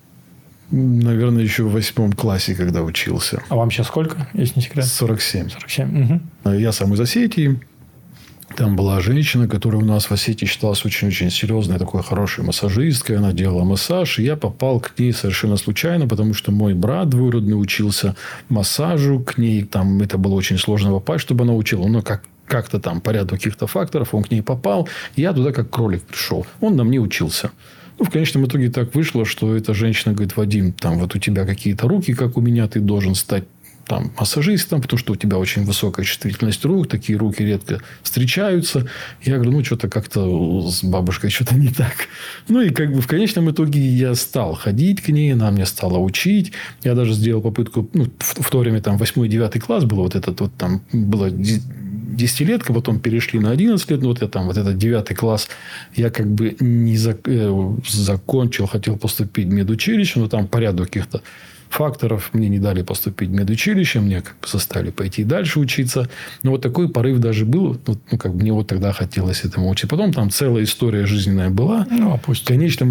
наверное, еще в 8 классе, когда учился. А вам сейчас сколько, если не секрет? 47. 47. Угу. Я сам из Осетии. Там была женщина, которая у нас в Осетии считалась очень-очень серьезной, такой хорошей массажисткой. Она делала массаж. И я попал к ней совершенно случайно, потому что мой брат двоюродный учился массажу к ней. Там это было очень сложно попасть, чтобы она учила. Но как-то там по ряду каких-то факторов он к ней попал. Я туда как кролик пришел. Он на мне учился. В конечном итоге так вышло, что эта женщина говорит: Вадим, там вот у тебя какие-то руки, как у меня, ты должен стать там массажистом, потому что у тебя очень высокая чувствительность рук, такие руки редко встречаются. Я говорю, что-то как-то с бабушкой что-то не так. И как бы в конечном итоге я стал ходить к ней, она мне стала учить. Я даже сделал попытку, в то время там 8-9 класс был, вот этот вот там было 10-летка, потом перешли на 11 лет. Вот этот 9 класс я как бы не закончил, хотел поступить в медучилище, но там по ряду каких-то факторов мне не дали поступить в медучилище, мне как бы заставили пойти дальше учиться. Но вот такой порыв даже был. Мне вот тогда хотелось этому учиться. Потом там целая история жизненная была. В конечном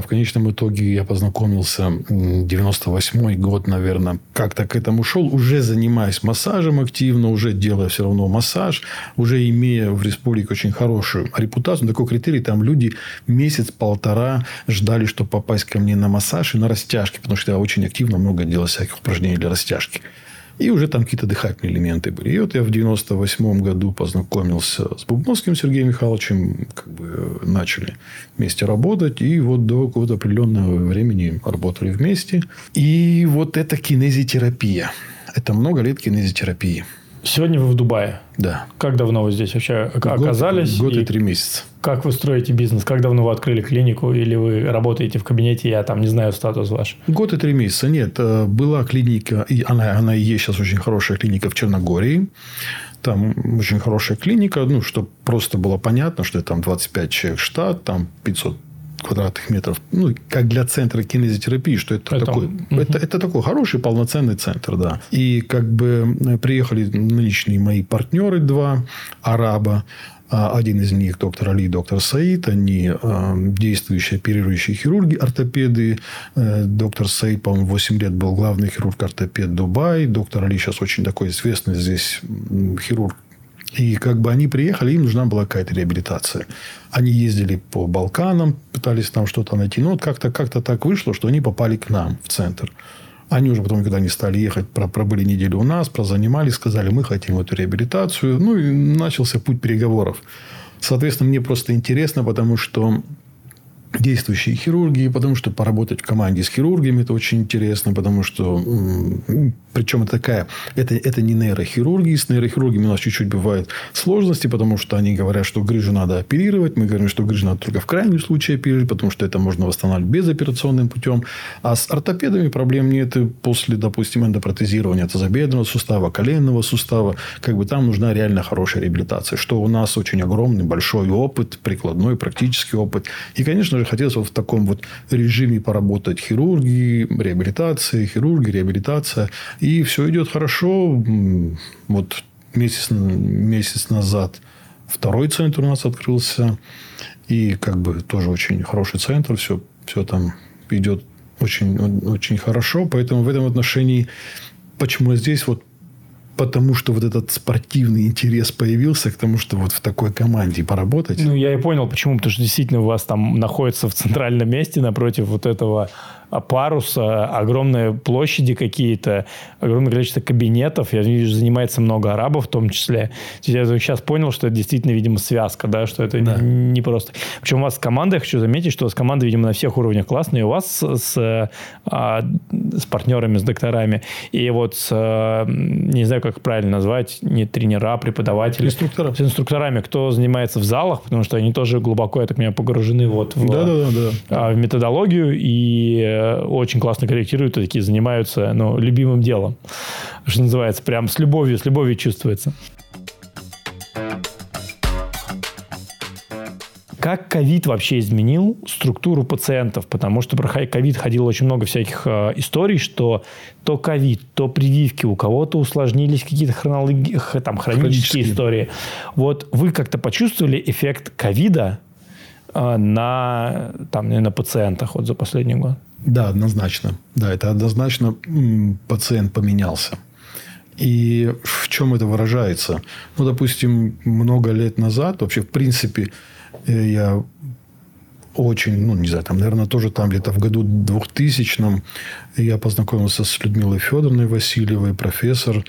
итоге я познакомился 98-й год, наверное, как-то к этому шел. Уже занимаясь массажем активно, уже делая все равно массаж, уже имея в республике очень хорошую репутацию. Такой критерий, там люди месяц-полтора ждали, чтобы попасть ко мне на массаж и на растяжки, потому что я очень активно много делал всяких упражнений для растяжки. И уже там какие-то дыхательные элементы были. И вот я в 98 году познакомился с Бубновским Сергеем Михайловичем. Как бы начали вместе работать. И вот до какого-то определенного времени работали вместе. И вот это кинезитерапия. Это много лет кинезитерапии. Сегодня вы в Дубае. Да. Как давно вы здесь вообще оказались? Год и 3 месяца. Как вы строите бизнес? Как давно вы открыли клинику? Или вы работаете в кабинете? Я там не знаю статус ваш. Год и 3 месяца. Нет. Была клиника. И она и есть сейчас очень хорошая клиника в Черногории. Там очень хорошая клиника. Чтобы просто было понятно, что это там 25 человек штат. Там 500 квадратных метров. Как для центра кинезитерапии, что это такой... Это такой хороший, полноценный центр, да. И как бы приехали наличные мои партнеры 2 араба. Один из них, доктор Али и доктор Саид, они действующие оперирующие хирурги, ортопеды. Доктор Саид, по-моему, 8 лет был главный хирург-ортопед Дубай. Доктор Али сейчас очень такой известный здесь хирург. И как бы они приехали, им нужна была какая-то реабилитация. Они ездили по Балканам, пытались там что-то найти. Но вот как-то так вышло, что они попали к нам в центр. Они уже потом, когда они стали ехать, пробыли неделю у нас, прозанимались, сказали, мы хотим эту реабилитацию. Ну, и начался путь переговоров. Соответственно, мне просто интересно, потому что действующие хирурги, потому что поработать в команде с хирургами это очень интересно, потому что причем это не нейрохирурги, с нейрохирургами у нас чуть-чуть бывают сложности, потому что они говорят, что грыжу надо оперировать, мы говорим, что грыжу надо только в крайнем случае оперировать, потому что это можно восстанавливать безоперационным путем, а с ортопедами проблем нет после, допустим, эндопротезирования тазобедренного сустава, коленного сустава, как бы там нужна реально хорошая реабилитация, что у нас очень огромный, большой опыт, прикладной, практический опыт, и, конечно же, хотелось вот в таком вот режиме поработать хирурги, реабилитация. И все идет хорошо. Вот месяц назад второй центр у нас открылся. И как бы тоже очень хороший центр. Все там идет очень, очень хорошо. Поэтому в этом отношении, почему я здесь, вот потому что вот этот спортивный интерес появился к тому, что вот в такой команде поработать. Ну, я и понял, почему. Потому что действительно у вас там находится в центральном месте напротив вот этого паруса, огромные площади какие-то, огромное количество кабинетов. Я вижу, занимается много арабов в том числе. Я сейчас понял, что это действительно, видимо, связка, да, что это не просто. Причем у вас команда, я хочу заметить, что у вас команда, видимо, на всех уровнях классная. И у вас с партнерами, с докторами. И вот не знаю, как правильно назвать, не тренера, а преподаватели. С инструкторами, кто занимается в залах, потому что они тоже глубоко, я так понимаю, погружены вот в методологию и очень классно корректируют и такие занимаются любимым делом. Что называется, прям с любовью чувствуется. Как ковид вообще изменил структуру пациентов? Потому что про ковид ходило очень много всяких историй, что то ковид, то прививки, у кого-то усложнились какие-то хронические истории. Вот вы как-то почувствовали эффект ковида на пациентах вот за последний год? Да, однозначно. Да, это однозначно пациент поменялся. И в чем это выражается? Ну, допустим, много лет назад, вообще, в принципе, я очень, не знаю, там, наверное, тоже там где-то в году 2000-м я познакомился с Людмилой Федоровной Васильевой, профессор.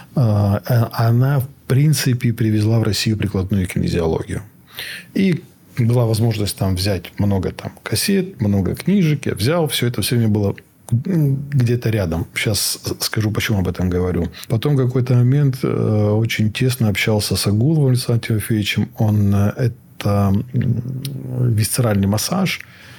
Она, в принципе, привезла в Россию прикладную кинезиологию. И была возможность там взять много там кассет, много книжек. Я взял. Все это все время было где-то рядом. Сейчас скажу, почему об этом говорю. Потом в какой-то момент очень тесно общался с Агуловым Александром Тимофеевичем. Это висцеральный массаж.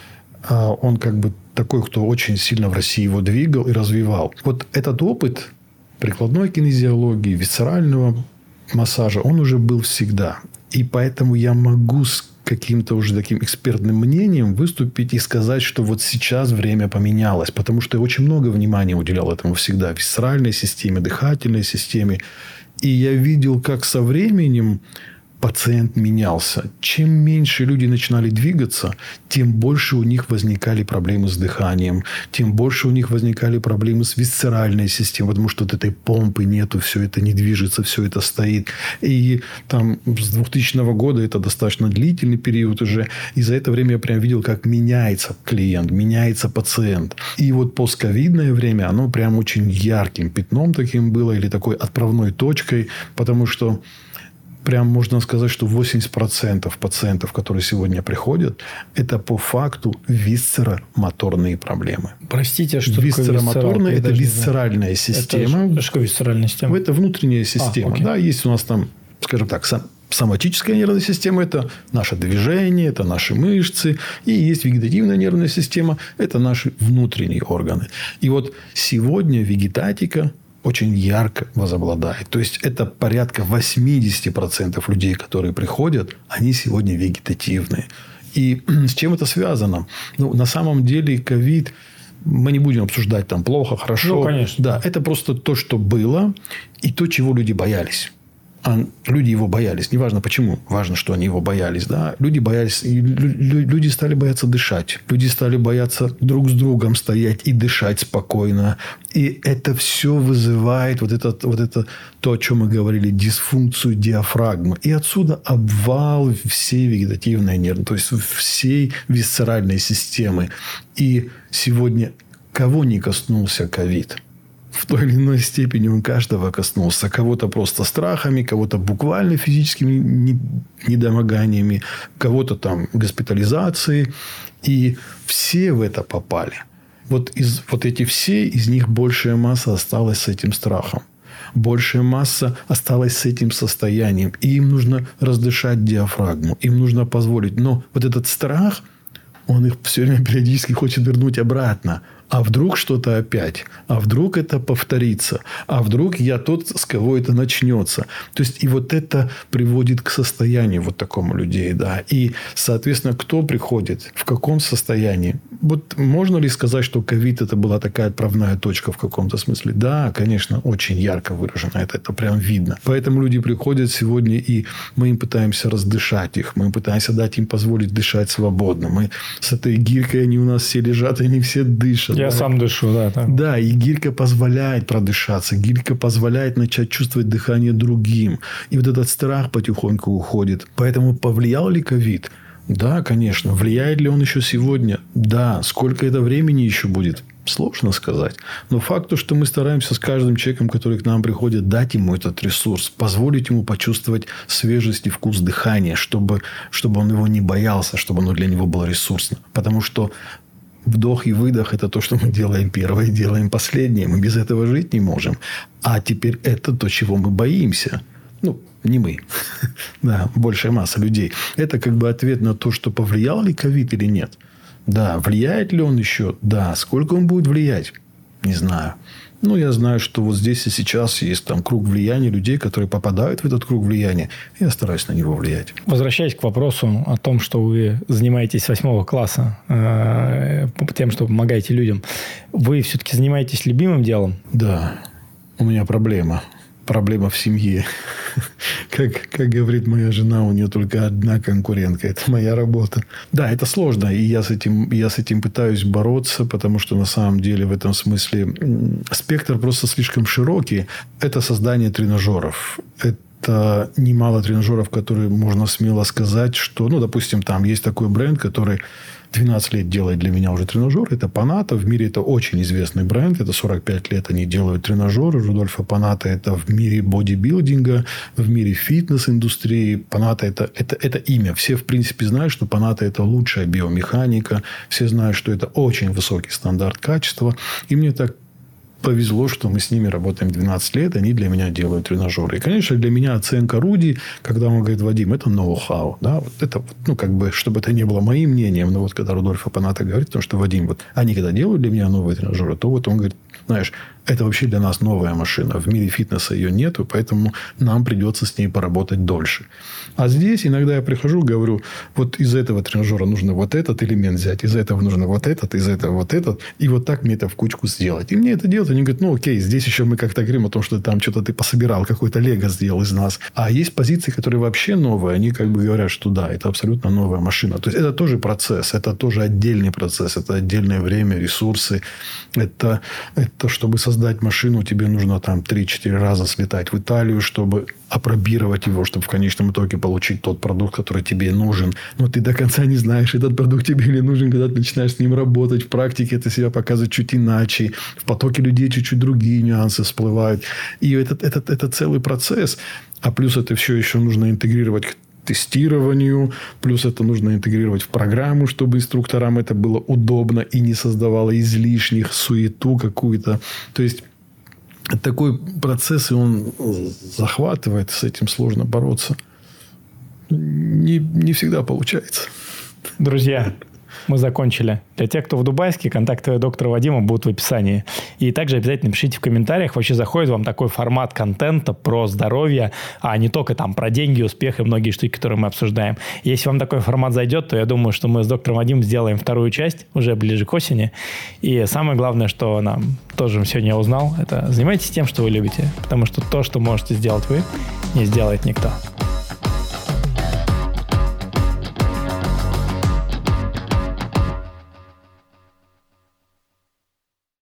Он как бы такой, кто очень сильно в России его двигал и развивал. Вот этот опыт прикладной кинезиологии, висцерального массажа, он уже был всегда. И поэтому я могу с каким-то уже таким экспертным мнением выступить и сказать, что вот сейчас время поменялось. Потому что я очень много внимания уделял этому всегда. Висцеральной системе, дыхательной системе. И я видел, как со временем пациент менялся. Чем меньше люди начинали двигаться, тем больше у них возникали проблемы с дыханием, тем больше у них возникали проблемы с висцеральной системой, потому что вот этой помпы нету, все это не движется, все это стоит. И там с 2000 года, это достаточно длительный период уже, и за это время я прям видел, как меняется клиент, меняется пациент. И вот постковидное время, оно прям очень ярким пятном таким было, или такой отправной точкой, потому что прям можно сказать, что 80% пациентов, которые сегодня приходят, это по факту висцеромоторные проблемы. Простите, что висцеромоторная? Это висцеральная система. Это что висцеральная система? Это внутренняя система. Да, есть у нас там, скажем так, соматическая нервная система – это наше движение, это наши мышцы. И есть вегетативная нервная система – это наши внутренние органы. И вот сегодня вегетатика очень ярко возобладает. То есть, это порядка 80% людей, которые приходят, они сегодня вегетативные. И с чем это связано? На самом деле, ковид, мы не будем обсуждать там плохо, хорошо. Конечно. Да, это просто то, что было, и то, чего люди боялись. люди его боялись. Неважно почему. Важно, что они его боялись. Да? Люди боялись. Люди стали бояться дышать. Люди стали бояться друг с другом стоять и дышать спокойно. И это все вызывает вот это то, о чем мы говорили, дисфункцию диафрагмы. И отсюда обвал всей вегетативной нервной, то есть всей висцеральной системы. И сегодня кого не коснулся ковид? В той или иной степени он каждого коснулся. Кого-то просто страхами, кого-то буквально физическими недомоганиями, кого-то там госпитализацией. И все в это попали. Вот эти все, из них большая масса осталась с этим страхом. Большая масса осталась с этим состоянием. И им нужно раздышать диафрагму. Им нужно позволить. Но вот этот страх, он их все время периодически хочет вернуть обратно. А вдруг что-то опять? А вдруг это повторится? А вдруг я тот, с кого это начнется? То есть, и вот это приводит к состоянию вот такому людей. Да? И, соответственно, кто приходит? В каком состоянии? Вот можно ли сказать, что ковид это была такая отправная точка в каком-то смысле? Да, конечно, очень ярко выражено. Это прям видно. Поэтому люди приходят сегодня, и мы им пытаемся раздышать их. Мы пытаемся дать им позволить дышать свободно. Мы с этой гирькой, они у нас все лежат, они все дышат. Я сам дышу, да. Так. Да, и гирька позволяет продышаться. Гирька позволяет начать чувствовать дыхание другим. И вот этот страх потихоньку уходит. Поэтому повлиял ли ковид? Да, конечно. Влияет ли он еще сегодня? Да. Сколько это времени еще будет? Сложно сказать. Но факт то, что мы стараемся с каждым человеком, который к нам приходит, дать ему этот ресурс, позволить ему почувствовать свежесть и вкус дыхания, чтобы он его не боялся, чтобы оно для него было ресурсно. Потому что вдох и выдох – это то, что мы делаем первое, делаем последнее. Мы без этого жить не можем. А теперь это то, чего мы боимся. Ну, не мы. Да, большая масса людей. Это как бы ответ на то, что повлиял ли ковид или нет. Да, влияет ли он еще? Да. Сколько он будет влиять? Не знаю. Ну, я знаю, что вот здесь и сейчас есть там круг влияния людей, которые попадают в этот круг влияния. И я стараюсь на него влиять. Возвращаясь к вопросу о том, что вы занимаетесь с 8 класса тем, что помогаете людям, вы все-таки занимаетесь любимым делом? Да. У меня проблема. Проблема в семье. Как говорит моя жена, у нее только одна конкурентка. Это моя работа. Да, это сложно. И я с этим пытаюсь бороться, потому что на самом деле в этом смысле спектр просто слишком широкий. Это создание тренажеров. Это немало тренажеров, которые можно смело сказать, что, ну, допустим, там есть такой бренд, который 12 лет делает для меня уже тренажер. Это Паната. В мире это очень известный бренд. Это 45 лет они делают тренажеры. Рудольфо Паната это в мире бодибилдинга, в мире фитнес-индустрии. Паната это имя. Все, в принципе, знают, что Паната это лучшая биомеханика. Все знают, что это очень высокий стандарт качества. И мне так повезло, что мы с ними работаем 12 лет, они для меня делают тренажеры. И, конечно, для меня оценка Руди, когда он говорит: Вадим, это ноу-хау. Да? Вот это, ну, как бы, чтобы это не было моим мнением, но вот когда Рудольфо Паната говорит, потому что, Вадим, вот они когда делают для меня новые тренажеры, то вот он говорит: знаешь, это вообще для нас новая машина. В мире фитнеса ее нету, поэтому нам придется с ней поработать дольше. А здесь иногда я прихожу, говорю: вот из этого тренажера нужно вот этот элемент взять, из этого нужно вот этот, из этого вот этот. И вот так мне это в кучку сделать. И мне это делают. Они говорят: ну, окей, здесь еще мы как-то говорим о том, что там что-то ты пособирал, какой-то лего сделал из нас. А есть позиции, которые вообще новые. Они как бы говорят, что да, это абсолютно новая машина. То есть, это тоже процесс. Это тоже отдельный процесс. Это отдельное время, ресурсы. Это чтобы создать машину, тебе нужно там 3-4 раза слетать в Италию, чтобы апробировать его, чтобы в конечном итоге получить тот продукт, который тебе нужен. Но ты до конца не знаешь, этот продукт тебе или нужен, когда ты начинаешь с ним работать. В практике это себя показывает чуть иначе. В потоке людей чуть-чуть другие нюансы всплывают. И это целый процесс. А плюс это все еще нужно интегрировать к тестированию. Плюс это нужно интегрировать в программу, чтобы инструкторам это было удобно и не создавало излишних суету какую-то. То есть, такой процесс, и он захватывает, с этим сложно бороться. Не всегда получается. Друзья, Мы закончили. Для тех, кто в Дубайске, контакты доктора Вадима будут в описании. И также обязательно пишите в комментариях, вообще заходит вам такой формат контента про здоровье, а не только там про деньги, успех и многие штуки, которые мы обсуждаем. Если вам такой формат зайдет, то я думаю, что мы с доктором Вадимом сделаем вторую часть уже ближе к осени. И самое главное, что нам тоже сегодня я узнал, это занимайтесь тем, что вы любите. Потому что то, что можете сделать вы, не сделает никто.